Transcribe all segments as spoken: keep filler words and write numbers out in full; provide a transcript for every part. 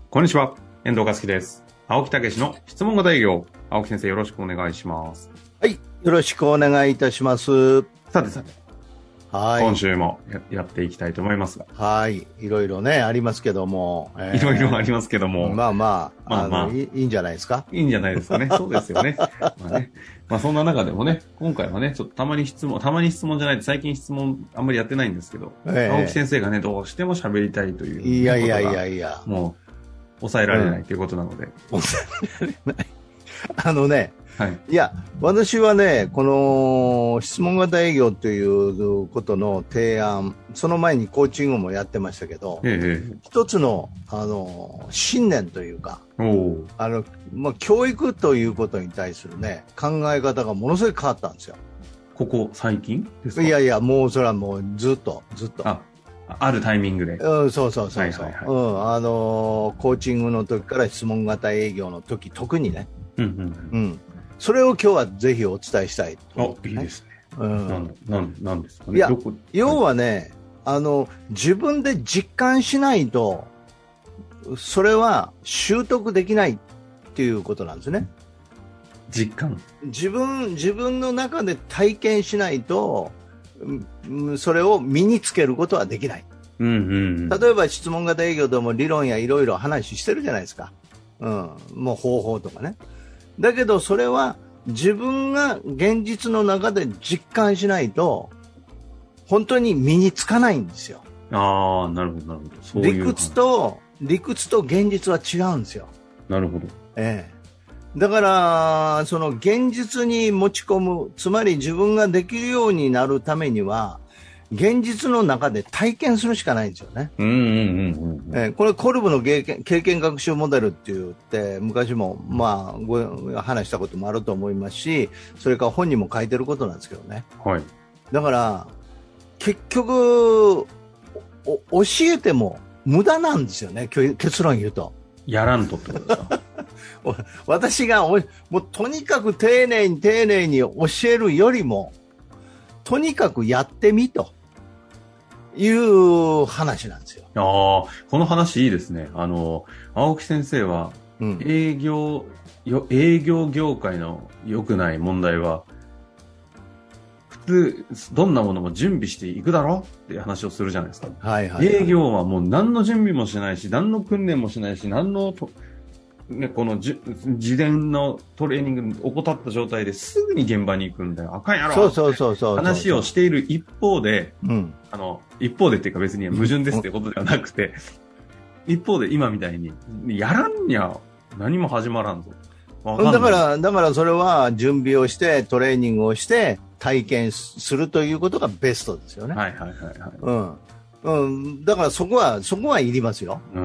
こんにちは、遠藤和樹です。青木武の質問型営業。青木先生、よろしくお願いします。 はい、よろしくお願いいたします。 さてさて、はい、今週も や, やっていきたいと思いますが。 はい、いろいろね、ありますけども。 えー、いろいろありますけども。 まあまあ、まあまあ、いいんじゃないですか。 いいんじゃないですかね。そうですよね。まあね。まあそんな中でもね、今回はね、ちょっとたまに質問、たまに質問じゃないと最近質問あんまりやってないんですけど、えー、青木先生がね、どうしても喋りたいという、ね。 いやいやいやいや。 もう、抑えられないということなので。うん、 抑えられない。あのね、 はい、 いや、私はね、この質問型営業ということの提案、その前にコーチングもやってましたけど、 ええ、 一つの、あの信念というか、 おあのまあ、教育ということに対する、ね、考え方がものすごい変わったんですよ。 ここ最近ですか？ いやいや、もうそれはもうずっと、ずっと。 ああるタイミングで。 うん、そうそうそうそう。 はいはいはい、 うん、あのー、コーチングの時から質問型営業の時、特にね。 うんうんうん。それを今日はぜひお伝えしたいと思って、 ね。あ、いいですね。 うん。 なん、なん、なんですかね。 いや、要はね、あの、自分で実感しないと、それは習得できないっていうことなんですね。 実感。 自分、自分の中で体験しないと、それを身につけることはできない。 うんうんうん、 例えば質問型営業でも理論やいろいろ話してるじゃないですか。うん。もう方法とかね。だけどそれは自分が現実の中で実感しないと本当に身につかないんですよ。 ああ、なるほどなるほど。そういう理屈と理屈と現実は違うんですよ。 なるほど。 ええ。だからその現実に持ち込む、つまり自分ができるようになるためには現実の中で体験するしかないんですよね。 うんうんうんうん、 えー、これコルブの経験、経験学習モデルって言って昔もまあご話したこともあると思いますし、それから本にも書いてることなんですけどね。 はい。 だから結局教えても無駄なんですよね。結論言うと。 やらんとってことですか？ 私がおもうとにかく丁寧に丁寧に教えるよりもとにかくやってみという話なんですよ。 ああ、この話いいですね。あの青木先生は、うん、営業よ営業業界の良くない問題は普通どんなものも準備していくだろうって話をするじゃないですか。 はいはいはい、 営業はもう何の準備もしないし、何の訓練もしないし、何のとね、このじ事前のトレーニングを怠った状態ですぐに現場に行くんだよ。あかんやろ。 そうそうそうそう。 話をしている一方で、 うん、あの一方でっていうか別に矛盾ですってことではなくて、うん、一方で今みたいにやらんにゃ何も始まらんぞ。 だからだからそれは準備をしてトレーニングをして体験するということがベストですよね。 はいはいはいはい。 うんうん。だからそこはそこはいりますよ。 うん、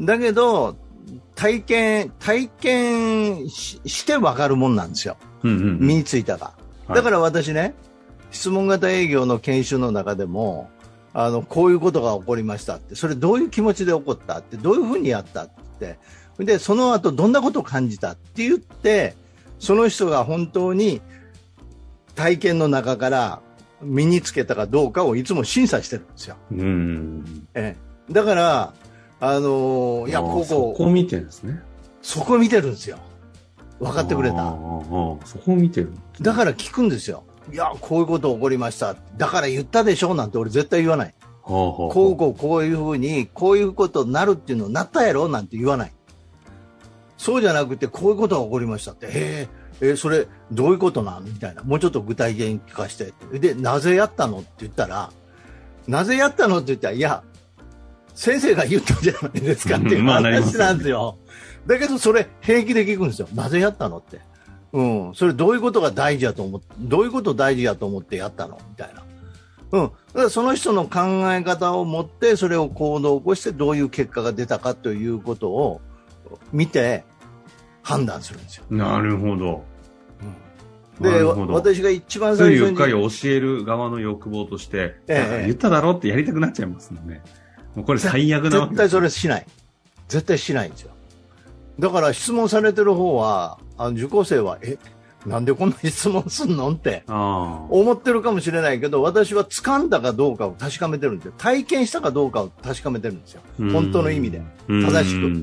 だけど。体験、体験 し, して分かるもんなんですよ、 うんうんうん、 身についたか、はい、だから私ね、質問型営業の研修の中でもあのこういうことが起こりましたって、それどういう気持ちで起こったって、どういうふうにやったって、でその後どんなことを感じたって言って、その人が本当に体験の中から身につけたかどうかをいつも審査してるんですよ、 うん、 ええ、だからあのー、いやここそこ見てるんですね。 そこ見てるんですよ。分かってくれた。 そこ見てる。 だから聞くんですよ。いやこういうこと起こりました。だから言ったでしょなんて俺絶対言わない。こうこうこういうふうにこういうことになるっていうのになったやろなんて言わない。そうじゃなくてこういうことが起こりましたって。へえ、えー、それどういうことなんみたいな。もうちょっと具体的に聞かせて。でなぜやったのって言ったら、なぜやったのって言ったら、いや先生が言ったじゃないですかっていう話なんですよ。だけどそれ平気で聞くんですよ。なぜやったのって。うん。それどういうことが大事だと思って、どういうことを大事だと思ってやったのみたいな。うん。だからその人の考え方を持ってそれを行動を起こしてどういう結果が出たかということを見て判断するんですよ。 なるほど。 うん、で、私が一番最初に。 ついうっかり教える側の欲望として、ええ、言っただろってやりたくなっちゃいますもんね。もうこれ最悪なわけです。 絶対それしない。絶対しないんですよ。だから質問されてる方は、あの受講生は、え、なんでこんな質問すんのって思ってるかもしれないけど、私は掴んだかどうかを確かめてるんですよ。体験したかどうかを確かめてるんですよ。本当の意味で。正しく。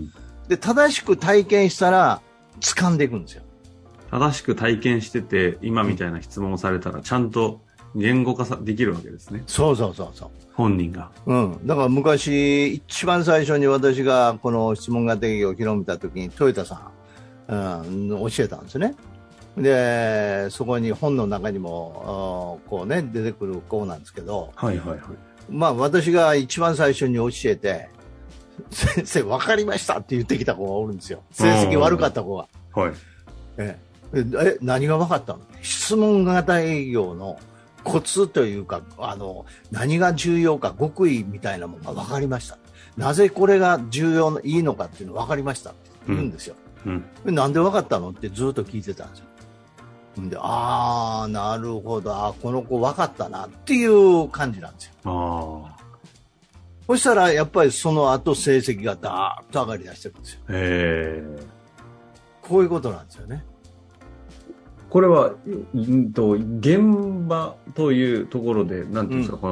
で、正しく体験したら掴んでいくんですよ。 正しく体験してて、今みたいな質問をされたら、ちゃんと言語化できるわけですね。 そうそうそうそう。 本人が。 うん。だから昔、一番最初に私がこの質問型営業を広めた時に、トヨタさん、うん、教えたんですね。で、そこに本の中にも、こうね、出てくる子なんですけど、 はいはいはい。 まあ私が一番最初に教えて、先生分かりましたって言ってきた子がおるんですよ。成績悪かった子が。 はい。 え、え、何が分かったの？質問型営業のコツというか、あの、何が重要か、極意みたいなものが分かりました。なぜこれが重要、いいのかっていうの分かりましたって言うんですよ。うんうん、なんで分かったのってずっと聞いてたんですよ。で、ああ、なるほど、あ、この子分かったなっていう感じなんですよ。あ、そしたらやっぱりその後成績がダーッと上がり出してるんですよ。へー、こういうことなんですよね。 これは、うんと、現場というところで、なんていうんですか、うん、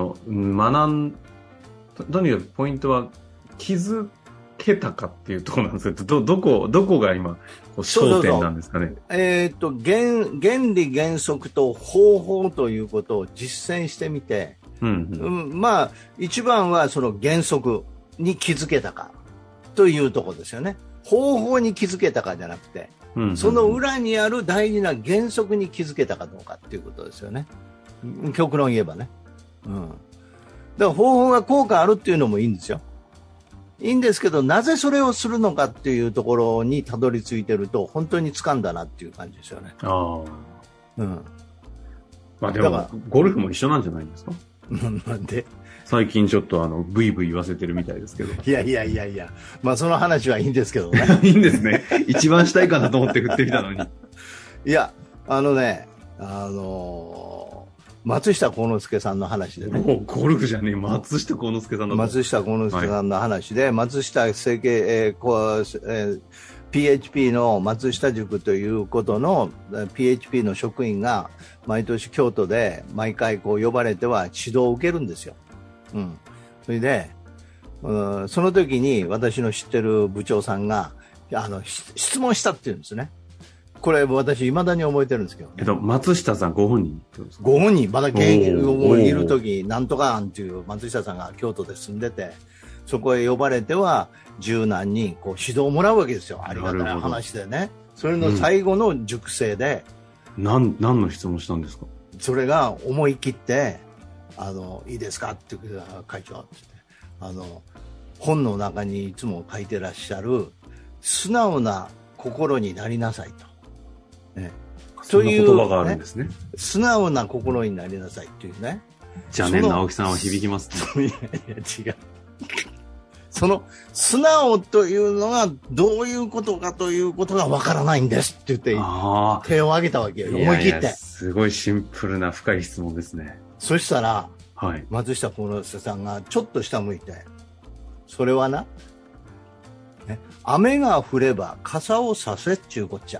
この学んと、とにかくポイントは気づけたかっていうところなんですけど、ど、どこ、どこが今、焦点なんですかね。 そうそうそう、えー、っと原、原理原則と方法ということを実践してみて、うんうんうん、まあ、一番はその原則に気づけたかというところですよね。方法に気づけたかじゃなくて、うんうんうん、その裏にある大事な原則に気づけたかどうかっていうことですよね。極論言えばね。うん。だから方法が効果あるっていうのもいいんですよ。いいんですけど、なぜそれをするのかっていうところにたどり着いてると本当に掴んだなっていう感じですよね。ああ。うん。 まあでもゴルフも一緒なんじゃないんですか？ なんで？ 最近ちょっとあのブイブイ言わせてるみたいですけど。 いやいやいやいや、まあその話はいいんですけどね。 いいんですね。一番したいかなと思って振ってみたのに。 いや、あのね、あのー、松下幸之助さんの話でね。 もうゴルフじゃねえ、松下幸之助さんの。 松下幸之助さんの話で、はい、松下整形、えーこうえー、ピーエイチピー の松下塾ということの ピーエイチピー の職員が毎年京都で毎回こう呼ばれては指導を受けるんですよ。うん、それで、うん、その時に私の知ってる部長さんがあの質問したっていうんですね。これ私未だに覚えてるんですけど、ね、 えっと、松下さんご本人ご本人まだ現役いる時なんとかっていう松下さんが京都で住んでて、そこへ呼ばれては十何人こう指導をもらうわけですよ。ありがたい話でね。それの最後の塾生で、 うん、何, 何の質問したんですか？ それが思い切ってあのいいですかって言って会長って言って、あの本の中にいつも書いてらっしゃる素直な心になりなさいと、ね、 そんな言葉があるんですね。 素直な心になりなさいっていうね。 じゃあね、直樹さんは響きますね。いやいや違う。その素直というのがどういうことかということがわからないんですって言って手を挙げたわけよ。思い切って。いやいや、 すごいシンプルな深い質問ですね。 そしたら、はい、松下幸之助さんがちょっと下向いて、それはな、ね、雨が降れば傘をさせっちゅうこっちゃ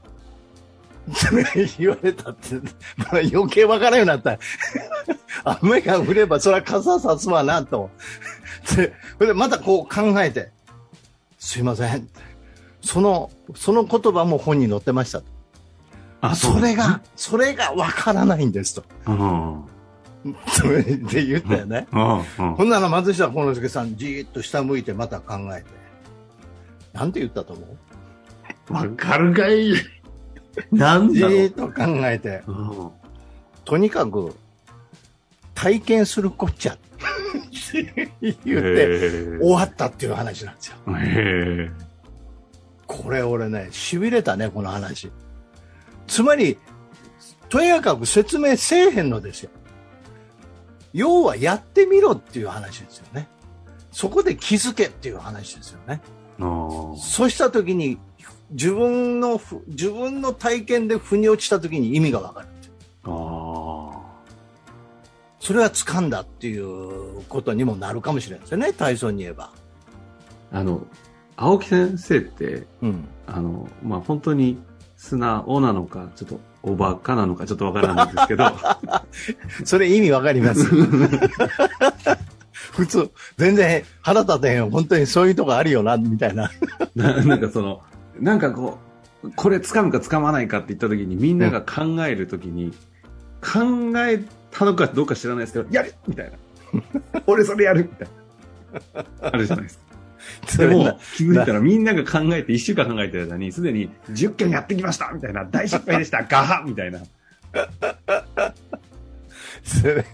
って言われたって、まあ、余計わからんようになった。雨が降ればそれは傘さすわなと。で、それでまたこう考えて、すいません。その、その言葉も本に載ってましたと。あ、それが、それがわからないんですと。うんそれで言ったよね。うんうん、ほんなら松下幸之助さんじーっと下向いてまた考えて、なんて言ったと思う？わかるかい。なんだろう。 じーっと考えて、うん、とにかく体験するこっちゃって言って終わったっていう話なんですよ。へこれ俺ね痺れたねこの話。つまりとにかく説明せえへんのですよ。要はやってみろっていう話ですよね。そこで気づけっていう話ですよね。そうしたときに自分の自分の体験で腑に落ちたときに意味がわかる。あそれは掴んだっていうことにもなるかもしれないですよね。体操に言えば。 あの青木先生って、うん、あのまあ本当に素直なのかちょっとおバカなのかちょっとわからないんですけどそれ意味わかります普通、全然腹立てへんよ。本当にそういうとこあるよな、みたいな。 な, なんかその、なんかこう、これ掴むか掴まないかって言った時にみんなが考える時に、うん、考えたのかどうか知らないですけど、やるみたいな。俺それやるみたいな。あるじゃないですか。でも気づいたらみんなが考えていっしゅうかん考えてる間にすでにじゅっけんやってきましたみたいな、大失敗でしたガハみたいな。 それ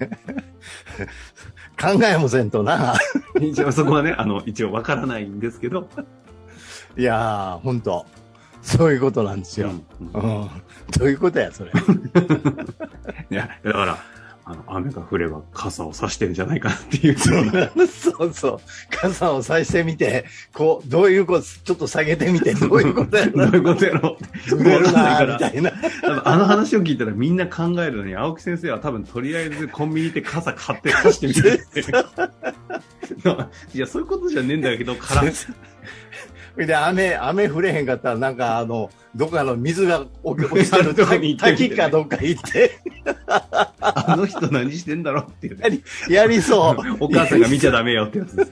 考えもせんとな。 一応そこはね、あの一応わからないんですけど、 いやー本当そういうことなんですよ。うんうんうん、どういうことやそれ。 いやだからあの雨が降れば傘を差してるんじゃないかなっていう。 そうそう。傘を差してみて、こう、どういうこと、ちょっと下げてみて、どういうことやろ。 どういうことやろ。 揺れるなみたいな。 あの話を聞いたらみんな考えるのに、青木先生は多分とりあえずコンビニで傘買って差してみてるって。いや、そういうことじゃねえんだけど、から。 で、雨、雨降れへんかったら、なんかあの、どっかの水が落ちてるとこに滝かどっか行って。 あの人何してんだろうっていう、ね、 やり、やりそう。 お母さんが見ちゃダメよってやつです。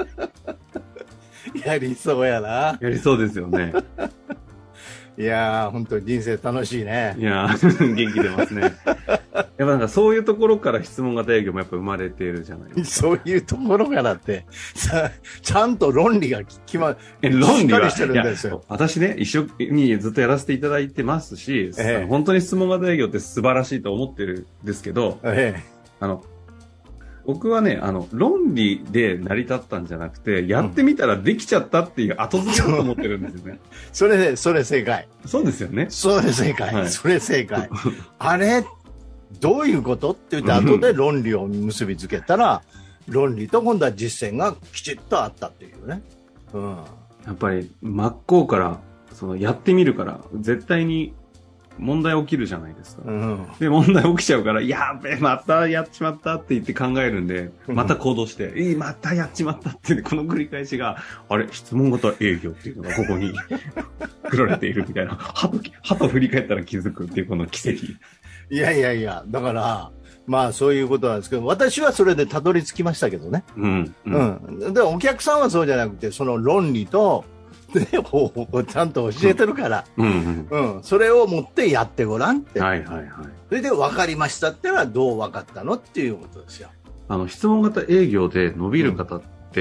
やりそうやな。 やりそうですよね。 いやー、本当に人生楽しいね。 いやー、元気出ますね。やっぱなんかそういうところから質問型営業もやっぱ生まれているじゃないですか。そういうところからってさ、ちゃんと論理が決まえ論理はしてるんですよ。 私ね、一緒にずっとやらせていただいてますし、ええ、本当に質問型営業って素晴らしいと思ってるんですけど、ええ、あの僕はね、あの論理で成り立ったんじゃなくて、やってみたらできちゃったっていう後付けだと思ってるんですよね。 それそれ正解。 そうですよね。 それ正解。はい、それ正解。あれどういうことって言って後で論理を結びつけたら、論理と今度は実践がきちっとあったっていうね。うん。 やっぱり真っ向からそのやってみるから絶対に問題起きるじゃないですか。うん、で、問題起きちゃうから、やべえ、またやっちまったって言って考えるんで、また行動して、え、またやっちまったって、この繰り返しが、あれ、質問型営業っていうのがここに振られているみたいな、はと、はと振り返ったら気づくっていうこの奇跡。 いやいやいや、だから、まあそういうことなんですけど、私はそれでたどり着きましたけどね。うん。うん。うん、で、お客さんはそうじゃなくて、その論理と、ね、方法をちゃんと教えてるから、うんうんうん、それを持ってやってごらんって、はいはいはい、それで分かりましたってのはどう分かったのっていうことですよ。 あの質問型営業で伸びる方って、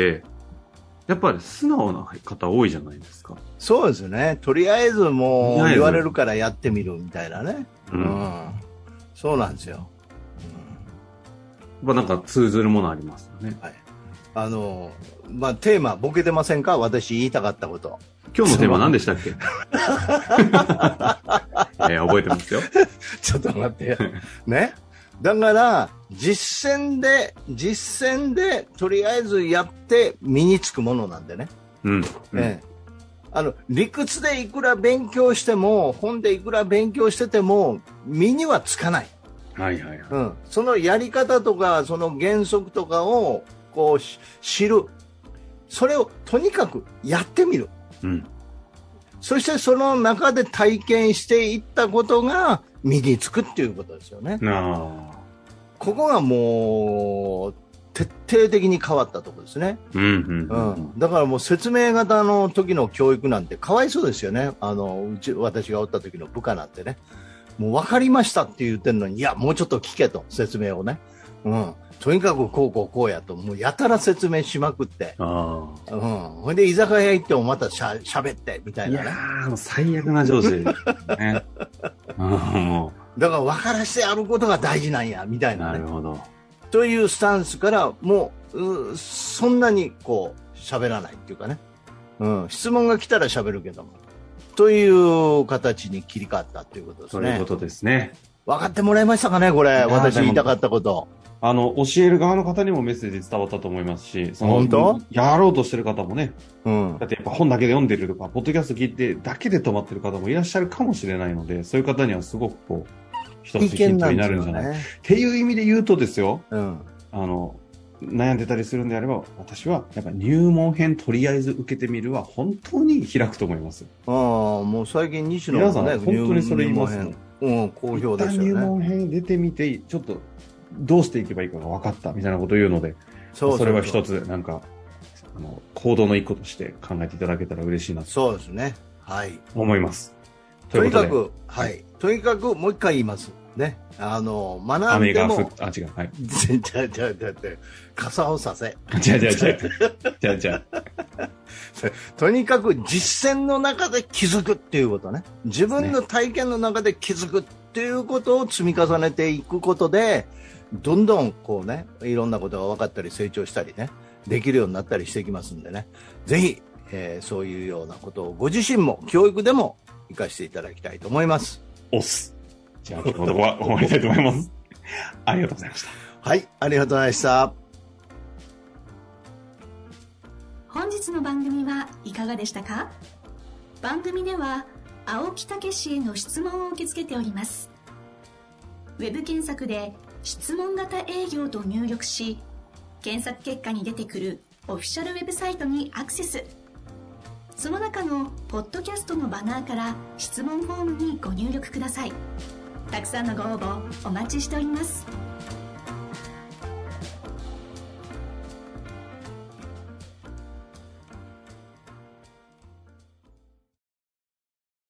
うん、やっぱり素直な方多いじゃないですか。 そうですね。とりあえずもう言われるからやってみるみたいなね、うんうん、そうなんですよ、 うん、まあ、なんか通ずるものありますよね。 はい、あのまあ、テーマボケてませんか？私言いたかったこと。 今日のテーマ何でしたっけ？えー、覚えてますよ。 ちょっと待ってよ。ね。だから実践で実践でとりあえずやって身につくものなんでね。うん。うん、えー、あの理屈でいくら勉強しても本でいくら勉強してても身にはつかない。はいはいはい。うん。そのやり方とかその原則とかをこう知る。それをとにかくやってみる、うん、そしてその中で体験していったことが身につくっていうことですよね。あ、ここがもう徹底的に変わったところですね、うんうんうんうん、だからもう説明型の時の教育なんてかわいそうですよね。あのうち私がおった時の部下なんてね、もう分かりましたって言ってるのに、いやもうちょっと聞けと説明をね、うん、とにかくこうこうこうやともうやたら説明しまくって、あ、うん、ほいで居酒屋行ってもまたしゃ喋ってみたいな、ね、いやーもう最悪な上司ですね。 もうだから分からせてやることが大事なんやみたいな、ね、なるほどというスタンスからもう、うそんなにこう喋らないっていうかね、うん、質問が来たら喋るけどもという形に切り替わったということですね。 そういうことですね。 分かってもらえましたかねこれ、私言いたかったこと。 あの教える側の方にもメッセージ伝わったと思いますし、その本当やろうとしてる方もね、うん、だってやっぱ本だけで読んでるとかポッドキャスト聞いてだけで止まってる方もいらっしゃるかもしれないので、そういう方にはすごくこう一つヒントになるんじゃない、ね、っていう意味で言うとですよ、うん、あの悩んでたりするんであれば私はやっぱ入門編とりあえず受けてみるは本当に開くと思います。 ああもう最近西野もね皆さん本当にそれ言いますもん。 うん、好評ですよね。 入門編出てみてちょっとどうしていけばいいかが分かったみたいなことを言うので、 そうそうそう、 それは一つなんかあの行動の一個として考えていただけたら嬉しいなとそうですね、はい、 思います。 とにかく、はい、とにかくもう一回言いますね。あの学んでも雨が降っあ違うはい。 じゃじゃじゃ傘をさせ。 じゃじゃじゃじゃじゃ。 とにかく実践の中で気づくっていうことね。自分の体験の中で気づくっていうことを積み重ねていくことで、どんどんこうね、いろんなことが分かったり成長したりね、できるようになったりしていきますんでね。ぜひ、えー、そういうようなことをご自身も教育でも生かしていただきたいと思います。 おっす。じゃあ今日のところは終わりたいと思います。ありがとうございました。 はい、ありがとうございました。 本日の番組はいかがでしたか？番組では青木武氏への質問を受け付けております。ウェブ検索で質問型営業と入力し、検索結果に出てくるオフィシャルウェブサイトにアクセス。その中のポッドキャストのバナーから質問フォームにご入力ください。たくさんのご応募お待ちしております。